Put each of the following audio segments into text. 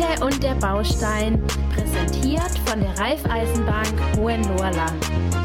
Liebe und der Baustein, präsentiert von der Raiffeisenbank Hohenloher-Land.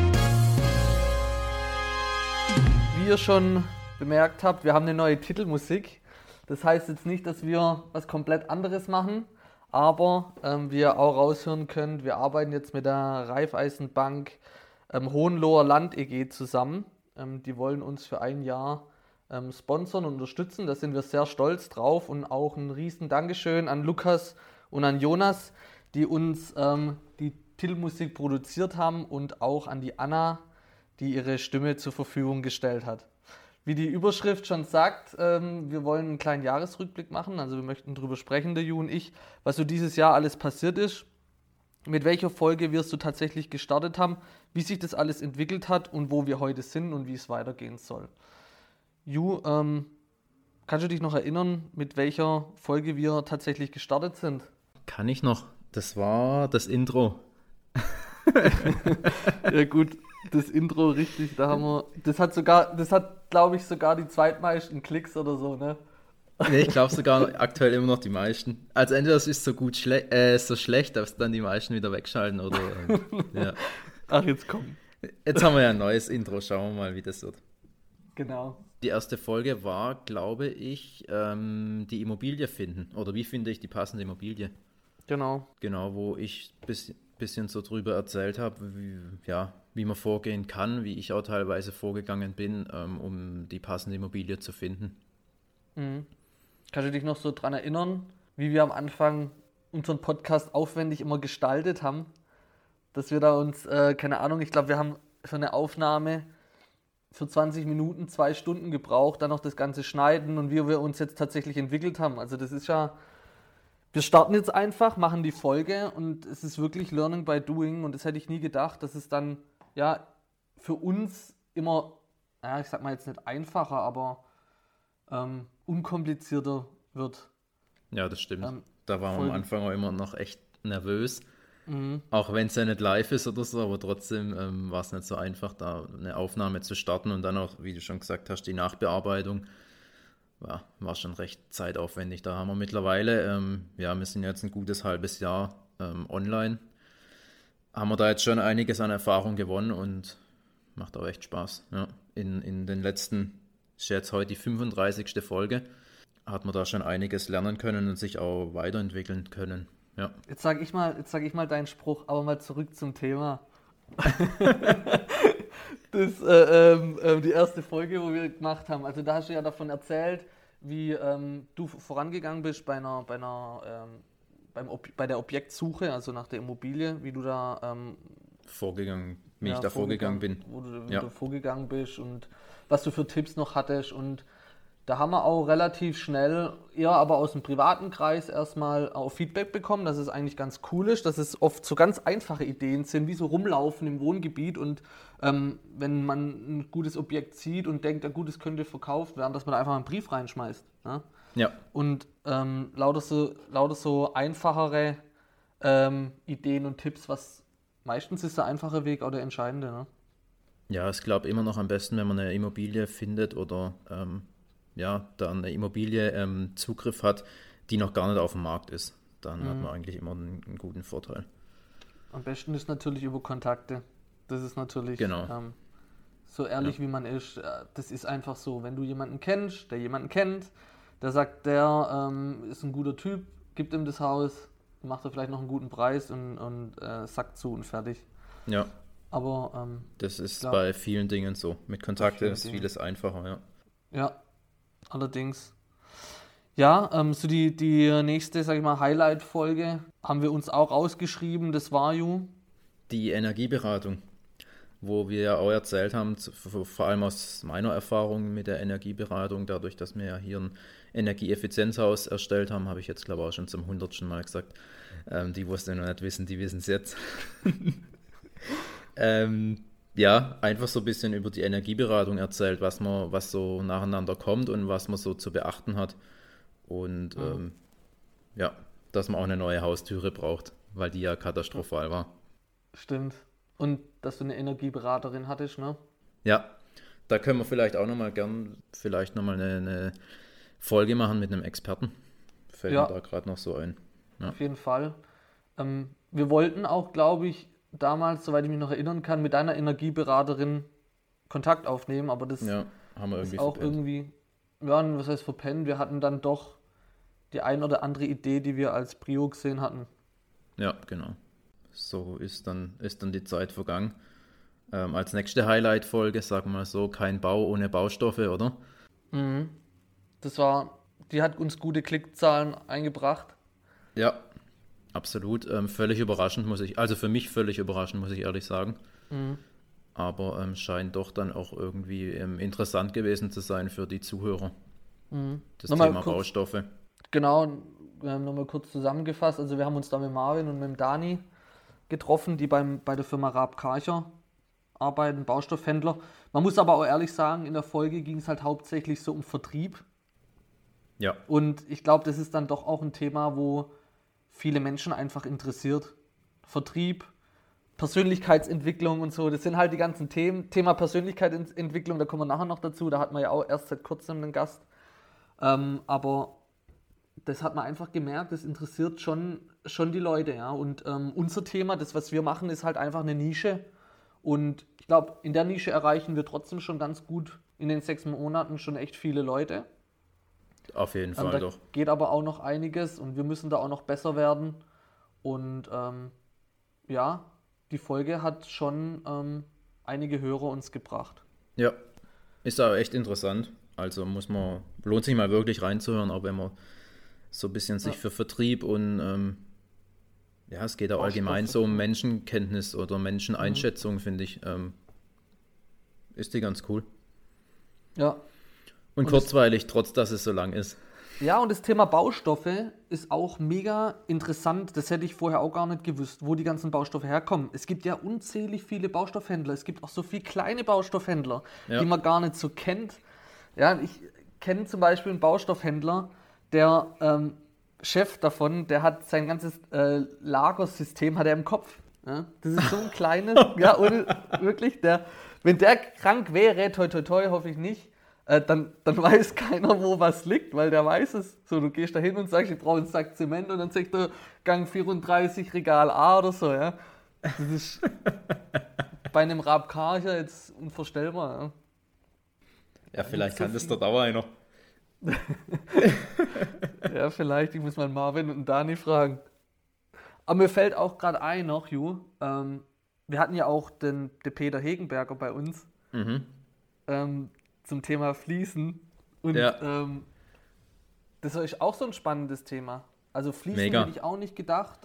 Wie ihr schon bemerkt habt, wir haben eine neue Titelmusik. Das heißt jetzt nicht, dass wir was komplett anderes machen, aber wie ihr auch raushören könnt, wir arbeiten jetzt mit der Raiffeisenbank Hohenloher-Land e.G. zusammen. Die wollen uns für ein Jahr sponsern und unterstützen. Da sind wir sehr stolz drauf und auch ein riesen Dankeschön an Lukas und an Jonas, die uns die Titelmusik produziert haben, und auch an die Anna, die ihre Stimme zur Verfügung gestellt hat. Wie die Überschrift schon sagt, wir wollen einen kleinen Jahresrückblick machen, also wir möchten darüber sprechen, der Ju und ich, was so dieses Jahr alles passiert ist, mit welcher Folge wir so tatsächlich gestartet haben, wie sich das alles entwickelt hat und wo wir heute sind und wie es weitergehen soll. Ju, kannst du dich noch erinnern, mit welcher Folge wir tatsächlich gestartet sind? Kann ich noch. Das war das Intro. Ja gut, das Intro, richtig, da haben wir, das hat glaube ich sogar die zweitmeisten Klicks oder so, ne? Nee, ich glaube sogar aktuell immer noch die meisten. Also entweder es ist so so schlecht, dass dann die meisten wieder wegschalten oder ja. Ach, jetzt komm. Jetzt haben wir ja ein neues Intro, schauen wir mal, wie das wird. Genau. Die erste Folge war, glaube ich, die Immobilie finden. Oder wie finde ich die passende Immobilie? Genau. Genau, wo ich bisschen so drüber erzählt habe, wie man vorgehen kann, wie ich auch teilweise vorgegangen bin, um die passende Immobilie zu finden. Mhm. Kannst du dich noch so dran erinnern, wie wir am Anfang unseren Podcast aufwendig immer gestaltet haben? Dass wir da uns, keine Ahnung, ich glaube, wir haben für eine Aufnahme für 20 Minuten 2 Stunden gebraucht, dann noch das ganze Schneiden und wie wir uns jetzt tatsächlich entwickelt haben. Also das ist ja, wir starten jetzt einfach, machen die Folge und es ist wirklich Learning by Doing, und das hätte ich nie gedacht, dass es dann ja für uns immer, ja, ich sag mal jetzt nicht einfacher, aber unkomplizierter wird. Ja, das stimmt. Da waren wir am Anfang auch immer noch echt nervös. Mhm. Auch wenn es ja nicht live ist oder so, aber trotzdem war es nicht so einfach, da eine Aufnahme zu starten und dann auch, wie du schon gesagt hast, die Nachbearbeitung war schon recht zeitaufwendig. Da haben wir mittlerweile, wir sind jetzt ein gutes halbes Jahr online, haben wir da jetzt schon einiges an Erfahrung gewonnen und macht auch echt Spaß. Ja. In den letzten, ist jetzt heute die 35. Folge, hat man da schon einiges lernen können und sich auch weiterentwickeln können. Ja. Jetzt sag ich mal deinen Spruch, aber mal zurück zum Thema. Das, die erste Folge, wo wir gemacht haben, also da hast du ja davon erzählt, wie du vorangegangen bist bei der Objektsuche, also nach der Immobilie, wie du da vorgegangen bin. Wie du vorgegangen bist und was du für Tipps noch hattest, und da haben wir auch relativ schnell, eher aber aus dem privaten Kreis erstmal auch Feedback bekommen, dass es eigentlich ganz cool ist, dass es oft so ganz einfache Ideen sind, wie so rumlaufen im Wohngebiet, und wenn man ein gutes Objekt sieht und denkt, ja gut, es könnte verkauft werden, dass man da einfach einen Brief reinschmeißt. Ne? Ja. Und lauter so einfachere Ideen und Tipps, was meistens ist der einfache Weg auch der entscheidende. Ne? Ja, ich glaube immer noch am besten, wenn man eine Immobilie findet oder da eine Immobilie Zugriff hat, die noch gar nicht auf dem Markt ist. Dann hat man eigentlich immer einen guten Vorteil. Am besten ist natürlich über Kontakte. Das ist natürlich so ehrlich wie man ist. Das ist einfach so. Wenn du jemanden kennst, der jemanden kennt, der sagt, der ist ein guter Typ, gibt ihm das Haus, macht er vielleicht noch einen guten Preis und sagt zu und fertig. Ja. Aber das ist bei vielen Dingen so. Mit Kontakte ist vieles einfacher, ja. Ja. Allerdings. Ja, so die nächste, sag ich mal, Highlight-Folge haben wir uns auch ausgeschrieben, das war die Energieberatung, wo wir ja auch erzählt haben, vor allem aus meiner Erfahrung mit der Energieberatung, dadurch, dass wir ja hier ein Energieeffizienzhaus erstellt haben, habe ich jetzt, glaube ich, auch schon zum 100. Mal gesagt. Die, wo es noch nicht wissen, die wissen es jetzt. Einfach so ein bisschen über die Energieberatung erzählt, was so nacheinander kommt und was man so zu beachten hat. Und dass man auch eine neue Haustüre braucht, weil die ja katastrophal war. Stimmt. Und dass du eine Energieberaterin hattest, ne? Ja, da können wir vielleicht auch nochmal eine Folge machen mit einem Experten. Fällt mir da gerade noch so ein. Ja. Auf jeden Fall. Wir wollten auch, glaube ich, damals, soweit ich mich noch erinnern kann, mit deiner Energieberaterin Kontakt aufnehmen, aber das Ja, haben wir ist irgendwie auch verpennt. irgendwie, ja, was heißt verpennt? Wir hatten dann doch die ein oder andere Idee, die wir als Prio gesehen hatten. Ja, genau. So ist dann die Zeit vergangen. Als nächste Highlight-Folge, sagen wir mal so, kein Bau ohne Baustoffe, oder? Die hat uns gute Klickzahlen eingebracht. Ja, absolut. Völlig überraschend also für mich völlig überraschend, muss ich ehrlich sagen. Aber scheint doch dann auch irgendwie interessant gewesen zu sein für die Zuhörer. Das Nochmal Thema kurz- Baustoffe. Genau, nochmal kurz zusammengefasst. Also wir haben uns da mit Marvin und mit dem Dani getroffen, die bei der Firma Raab Karcher arbeiten, Baustoffhändler. Man muss aber auch ehrlich sagen, in der Folge ging es halt hauptsächlich so um Vertrieb. Ja, Und ich glaube, das ist dann doch auch ein Thema, wo viele Menschen einfach interessiert. Vertrieb, Persönlichkeitsentwicklung und so, das sind halt die ganzen Themen. Thema Persönlichkeitsentwicklung, da kommen wir nachher noch dazu, da hatten wir ja auch erst seit kurzem einen Gast. Aber das hat man einfach gemerkt, das interessiert schon die Leute, ja. Und unser Thema, das, was wir machen, ist halt einfach eine Nische. Und ich glaube, in der Nische erreichen wir trotzdem schon ganz gut in den 6 Monaten schon echt viele Leute. auf jeden Fall Da doch. geht aber auch noch einiges und wir müssen da auch noch besser werden. Und ja, die Folge hat schon einige Hörer uns gebracht. Ja, ist aber echt interessant. Also lohnt sich mal wirklich reinzuhören, auch wenn man so ein bisschen sich für Vertrieb und ja, es geht auch allgemein so um Menschenkenntnis oder Menscheneinschätzung, finde ich, ist die ganz cool. Ja. Und kurzweilig, trotz dass es so lang ist. Ja, und das Thema Baustoffe ist auch mega interessant. Das hätte ich vorher auch gar nicht gewusst, wo die ganzen Baustoffe herkommen. Es gibt ja unzählig viele Baustoffhändler. Es gibt auch so viele kleine Baustoffhändler, Ja. die man gar nicht so kennt. Ja, ich kenne zum Beispiel einen Baustoffhändler, der Chef davon, der hat sein ganzes Lagersystem hat er im Kopf. Ja? Das ist so ein kleines, ja, ohne, wirklich, wenn der krank wäre, toi toi toi, hoffe ich nicht, dann weiß keiner, wo was liegt, weil der weiß es. So, du gehst da hin und sagst, ich brauche einen Sack Zement und dann sagt er Gang 34, Regal A oder so, ja. Das ist bei einem Raab Karcher jetzt unvorstellbar, ja. Ja, vielleicht so kann das viel. dort auch einer. Ja, vielleicht, ich muss mal Marvin und Dani fragen. Aber mir fällt auch gerade ein noch, Ju, wir hatten ja auch den Peter Hegenberger bei uns zum Thema Fließen. Und Ja. das ist auch so ein spannendes Thema. Also Fließen Mega. hätte ich auch nicht gedacht,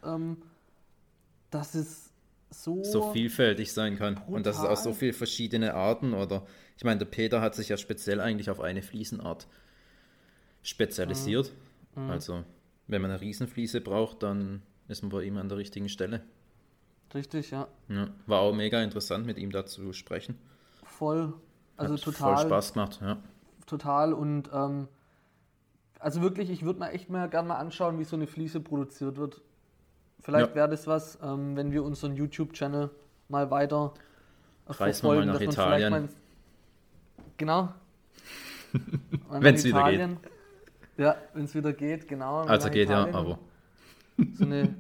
dass es So vielfältig sein kann. Und dass es auch so brutal. viele verschiedene Arten oder, ich meine, der Peter hat sich ja speziell eigentlich auf eine Fliesenart spezialisiert. Also, wenn man eine Riesenfliese braucht, dann ist man bei ihm an der richtigen Stelle. Richtig, ja. Ja, war auch mega interessant, mit ihm da zu sprechen. Voll. Also Hat total. voll Spaß gemacht, ja. Total und also wirklich, ich würde mir echt mal gerne mal anschauen, wie so eine Fliese produziert wird. Vielleicht Ja. wäre das was, wenn wir unseren YouTube-Channel mal weiter Reisen wir mal nach dass man Italien. vielleicht genau. Mal nach Wenn's wieder geht. Italien. Ja, wenn es wieder geht, genau. Mal Also nach geht ja, Italien aber so eine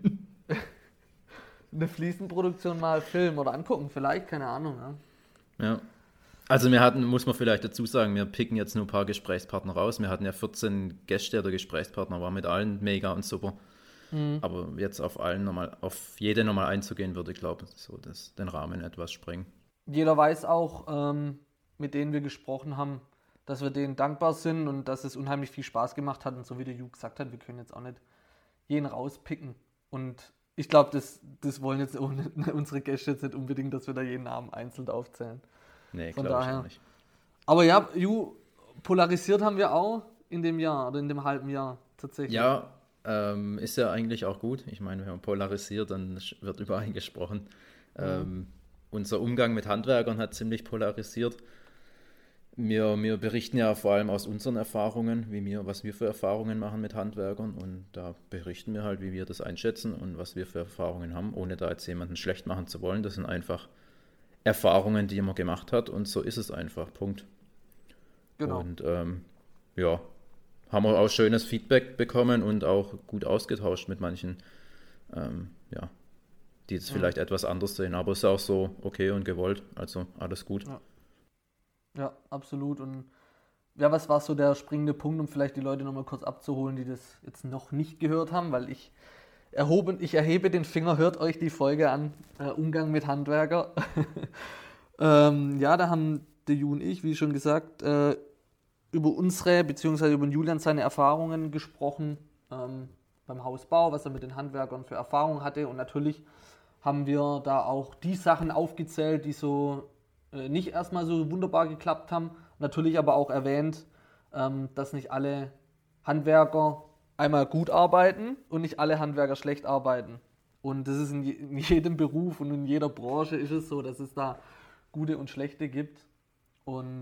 Fliesenproduktion mal filmen oder angucken, vielleicht, keine Ahnung. Ja. ja. Also muss man vielleicht dazu sagen, wir picken jetzt nur ein paar Gesprächspartner raus. Wir hatten ja 14 Gäste oder Gesprächspartner, war mit allen mega und super. Aber jetzt auf jede nochmal einzugehen, würde ich glaube, so den Rahmen etwas sprengen. Jeder weiß auch, mit denen wir gesprochen haben, dass wir denen dankbar sind und dass es unheimlich viel Spaß gemacht hat. Und so wie der Ju gesagt hat, wir können jetzt auch nicht jeden rauspicken. Und ich glaube, das wollen jetzt auch unsere Gäste jetzt nicht unbedingt, dass wir da jeden Namen einzeln aufzählen. Nee, Von glaube ich daher. auch nicht. Aber ja, Ju, polarisiert haben wir auch in dem Jahr oder in dem halben Jahr tatsächlich. Ja, ist ja eigentlich auch gut. Ich meine, wenn man polarisiert, dann wird über einen gesprochen. Unser Umgang mit Handwerkern hat ziemlich polarisiert. Wir berichten ja vor allem aus unseren Erfahrungen, was wir für Erfahrungen machen mit Handwerkern, und da berichten wir halt, wie wir das einschätzen und was wir für Erfahrungen haben, ohne da jetzt jemanden schlecht machen zu wollen. Das sind einfach Erfahrungen, die man gemacht hat, und so ist es einfach. Punkt. Genau. Und ja, haben wir auch schönes Feedback bekommen und auch gut ausgetauscht mit manchen, die es vielleicht etwas anders sehen. Aber es ist auch so okay und gewollt, also alles gut. Ja, absolut. Und ja, was war so der springende Punkt, um vielleicht die Leute nochmal kurz abzuholen, die das jetzt noch nicht gehört haben, weil ich erhebe den Finger, hört euch die Folge an, Umgang mit Handwerker. Da haben der Ju und ich, wie schon gesagt, über unsere, beziehungsweise über den Julian seine Erfahrungen gesprochen beim Hausbau, was er mit den Handwerkern für Erfahrungen hatte. Und natürlich haben wir da auch die Sachen aufgezählt, die so nicht erstmal so wunderbar geklappt haben. Natürlich aber auch erwähnt, dass nicht alle Handwerker einmal gut arbeiten und nicht alle Handwerker schlecht arbeiten. Und das ist in jedem Beruf und in jeder Branche ist es so, dass es da gute und schlechte gibt. Und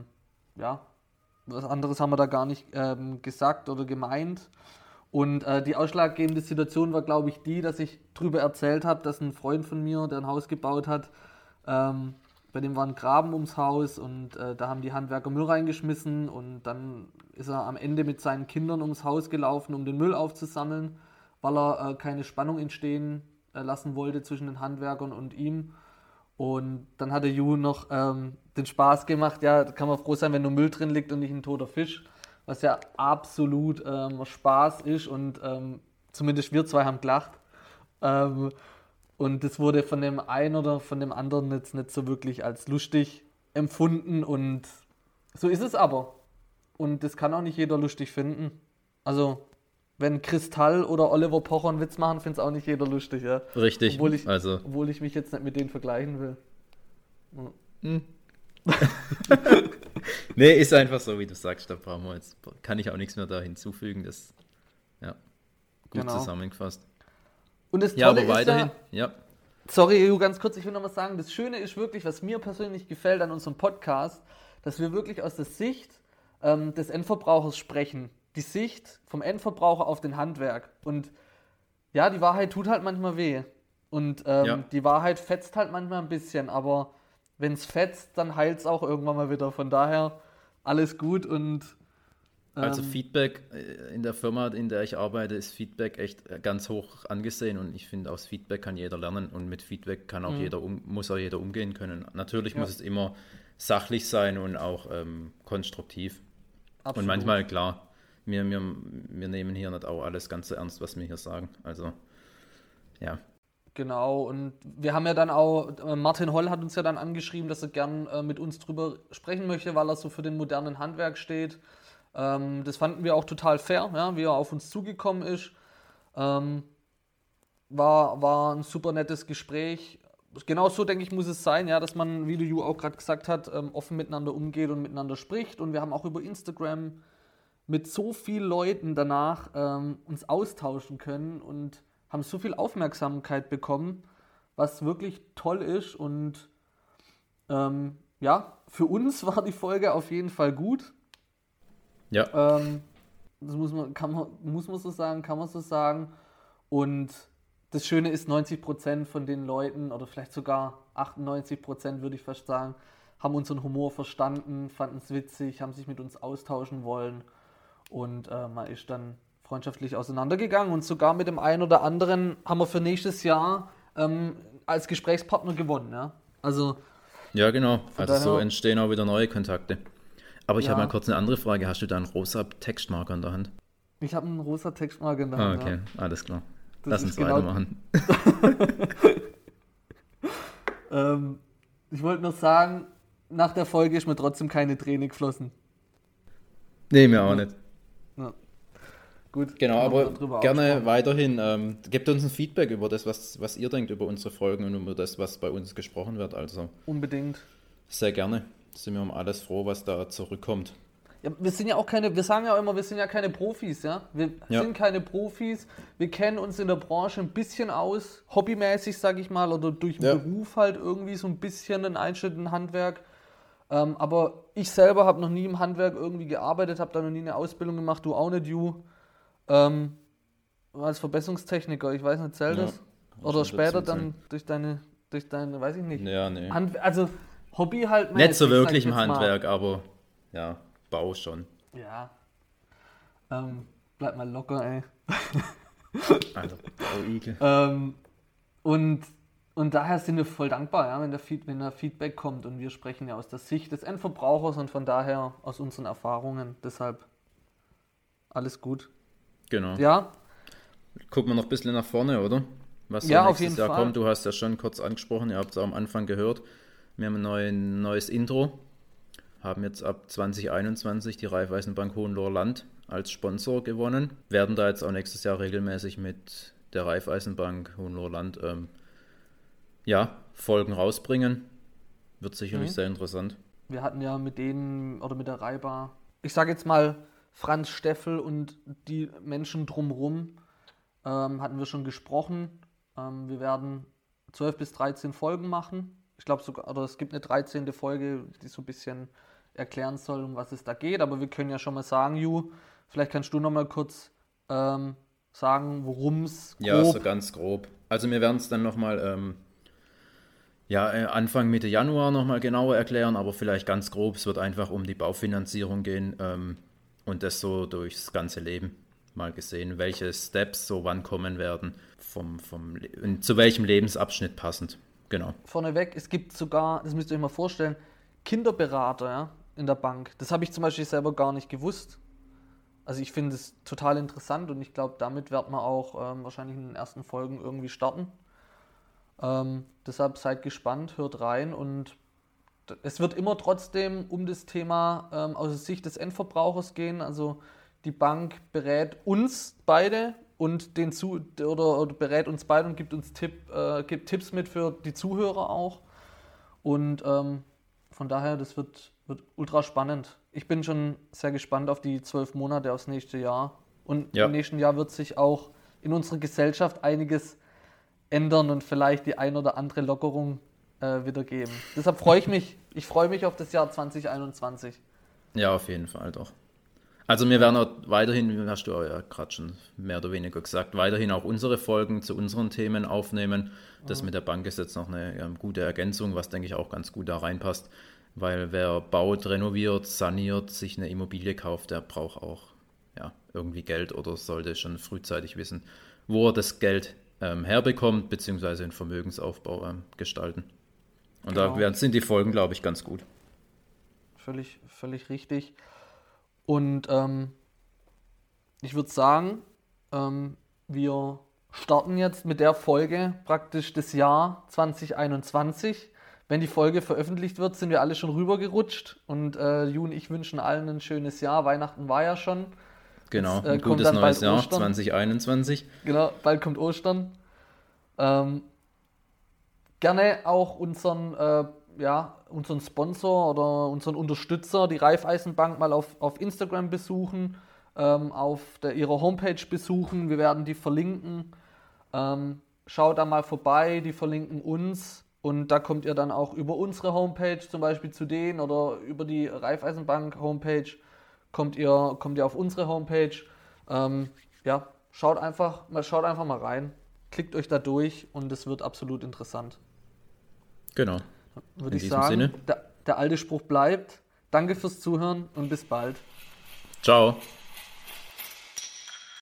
was anderes haben wir da gar nicht gesagt oder gemeint. Und die ausschlaggebende Situation war, glaube ich, die, dass ich drüber erzählt habe, dass ein Freund von mir, der ein Haus gebaut hat, bei dem war ein Graben ums Haus und da haben die Handwerker Müll reingeschmissen und dann ist er am Ende mit seinen Kindern ums Haus gelaufen, um den Müll aufzusammeln, weil er keine Spannung entstehen lassen wollte zwischen den Handwerkern und ihm. Und dann hat der Ju noch den Spaß gemacht, ja, da kann man froh sein, wenn nur Müll drin liegt und nicht ein toter Fisch, was ja absolut Spaß ist und zumindest wir zwei haben gelacht. Und das wurde von dem einen oder von dem anderen jetzt nicht so wirklich als lustig empfunden und so ist es aber. Und das kann auch nicht jeder lustig finden. Also, wenn Kristall oder Oliver Pocher einen Witz machen, findet es auch nicht jeder lustig, ja. Richtig. Obwohl ich mich jetzt nicht mit denen vergleichen will. Nee, ist einfach so, wie du sagst, da kann ich auch nichts mehr da hinzufügen. Das, gut zusammengefasst. Und das Tolle aber weiterhin, sorry, Ju, ganz kurz, ich will noch was sagen. Das Schöne ist wirklich, was mir persönlich gefällt an unserem Podcast, dass wir wirklich aus der Sicht des Endverbrauchers sprechen. Die Sicht vom Endverbraucher auf den Handwerk. Und ja, die Wahrheit tut halt manchmal weh. Und die Wahrheit fetzt halt manchmal ein bisschen, aber wenn es fetzt, dann heilt es auch irgendwann mal wieder. Von daher alles gut und also Feedback in der Firma, in der ich arbeite, ist Feedback echt ganz hoch angesehen und ich finde, aus Feedback kann jeder lernen und mit Feedback kann auch muss auch jeder umgehen können. Natürlich muss es immer sachlich sein und auch konstruktiv. Absolut. Und manchmal, klar, wir nehmen hier nicht auch alles ganz so ernst, was wir hier sagen. Also, ja. Genau, und wir haben ja dann auch, Martin Holl hat uns ja dann angeschrieben, dass er gern mit uns drüber sprechen möchte, weil er so für den modernen Handwerk steht. Das fanden wir auch total fair, ja, wie er auf uns zugekommen ist. War ein super nettes Gespräch. Genau so, denke ich, muss es sein, ja, dass man, wie du Ju auch gerade gesagt hat, offen miteinander umgeht und miteinander spricht. Und wir haben auch über Instagram mit so vielen Leuten danach uns austauschen können und haben so viel Aufmerksamkeit bekommen, was wirklich toll ist. Und für uns war die Folge auf jeden Fall gut. Ja. Das muss man so sagen. Und das Schöne ist, 90% von den Leuten, oder vielleicht sogar 98% würde ich fast sagen, haben unseren Humor verstanden, fanden es witzig, haben sich mit uns austauschen wollen. Und man ist dann freundschaftlich auseinandergegangen. Und sogar mit dem einen oder anderen haben wir für nächstes Jahr als Gesprächspartner gewonnen. Ja, also, ja genau. Also so entstehen auch wieder neue Kontakte. Aber ich habe mal kurz eine andere Frage. Hast du da einen rosa Textmarker in der Hand? Ich habe einen rosa Textmarker in der Hand. Okay, alles klar. Lass uns weitermachen. Ich wollte nur sagen, nach der Folge ist mir trotzdem keine Träne geflossen. Nee, mir auch nicht. Ja. Gut. Genau, aber gerne weiterhin. Gebt uns ein Feedback über das, was ihr denkt über unsere Folgen und über das, was bei uns gesprochen wird. Also unbedingt. Sehr gerne. Sind wir um alles froh, was da zurückkommt. Ja, wir sagen ja immer, wir sind ja keine Profis, ja. Wir sind keine Profis, wir kennen uns in der Branche ein bisschen aus, hobbymäßig, sag ich mal, oder durch den Beruf halt irgendwie so ein bisschen einen Einschnitt in Handwerk. Aber ich selber habe noch nie im Handwerk irgendwie gearbeitet, habe da noch nie eine Ausbildung gemacht, du auch nicht, Ju. Als Verbesserungstechniker, ich weiß nicht, zählt das? Oder später dann durch deine, weiß ich nicht. Ja, nee. Also Hobby halt. Nicht so wirklich im Handwerk, aber ja, Bau schon. Ja. Bleib mal locker, ey. Alter, Igel. Und daher sind wir voll dankbar, ja, wenn da Feedback kommt, und wir sprechen ja aus der Sicht des Endverbrauchers und von daher aus unseren Erfahrungen. Deshalb alles gut. Genau. Ja, Gucken wir noch ein bisschen nach vorne, oder? Was so Ja, auf nächstes jeden Jahr Fall. kommt. Du hast ja schon kurz angesprochen, ihr habt es auch am Anfang gehört. Wir haben ein neues Intro. Haben jetzt ab 2021 die Raiffeisenbank Hohenloher Land als Sponsor gewonnen. Werden da jetzt auch nächstes Jahr regelmäßig mit der Raiffeisenbank Hohenloher Land Folgen rausbringen. Wird sicherlich sehr interessant. wir hatten ja mit denen oder mit der Reiba, ich sage jetzt mal Franz Steffel und die Menschen drumherum, hatten wir schon gesprochen. Wir werden 12 bis 13 Folgen machen. Ich glaube sogar, oder es gibt eine 13. Folge, die so ein bisschen erklären soll, um was es da geht. Aber wir können ja schon mal sagen, Ju, vielleicht kannst du noch mal kurz sagen, worum es Ja, grob... so ganz grob. Also wir werden es dann nochmal Anfang Mitte Januar nochmal genauer erklären, aber vielleicht ganz grob. Es wird einfach um die Baufinanzierung gehen und das so durchs ganze Leben mal gesehen, welche Steps so wann kommen werden, zu welchem Lebensabschnitt passend. Genau. Vorneweg, es gibt sogar, das müsst ihr euch mal vorstellen, Kinderberater, ja, in der Bank. Das habe ich zum Beispiel selber gar nicht gewusst. Also ich finde es total interessant und ich glaube, damit wird man auch wahrscheinlich in den ersten Folgen irgendwie starten. Deshalb seid gespannt, hört rein, und es wird immer trotzdem um das Thema aus der Sicht des Endverbrauchers gehen. Also die Bank berät uns beide und oder berät uns beide und gibt uns gibt Tipps mit für die Zuhörer auch. Und von daher, das wird ultra spannend. Ich bin schon sehr gespannt auf die 12 Monate aufs nächste Jahr. Und Ja. im nächsten Jahr wird sich auch in unserer Gesellschaft einiges ändern und vielleicht die ein oder andere Lockerung wieder geben. Deshalb freue ich mich. Ich freue mich auf das Jahr 2021. Ja, auf jeden Fall doch. Also wir werden auch weiterhin, hast du auch ja gerade schon mehr oder weniger gesagt, weiterhin auch unsere Folgen zu unseren Themen aufnehmen. Das mit der Bank ist jetzt noch eine gute Ergänzung, was denke ich auch ganz gut da reinpasst, weil wer baut, renoviert, saniert, sich eine Immobilie kauft, der braucht auch irgendwie Geld oder sollte schon frühzeitig wissen, wo er das Geld herbekommt, beziehungsweise einen Vermögensaufbau gestalten. Und Genau. da sind die Folgen, glaube ich, ganz gut. Völlig richtig. Und ich würde sagen, wir starten jetzt mit der Folge praktisch das Jahr 2021. Wenn die Folge veröffentlicht wird, sind wir alle schon rübergerutscht. Und Ju und ich wünschen allen ein schönes Jahr. Weihnachten war ja schon. Genau, Jetzt, ein kommt gutes dann neues bald Jahr Ostern. 2021. Genau, bald kommt Ostern. Gerne auch unseren Sponsor oder unseren Unterstützer, die Raiffeisenbank, mal auf Instagram besuchen, auf ihrer Homepage besuchen. Wir werden die verlinken. Schaut da mal vorbei, die verlinken uns. Und da kommt ihr dann auch über unsere Homepage zum Beispiel zu denen oder über die Raiffeisenbank Homepage kommt ihr auf unsere Homepage. Schaut einfach mal rein. Klickt euch da durch und es wird absolut interessant. Genau. Würde In ich diesem sagen, Sinne. der alte Spruch bleibt. Danke fürs Zuhören und bis bald. Ciao.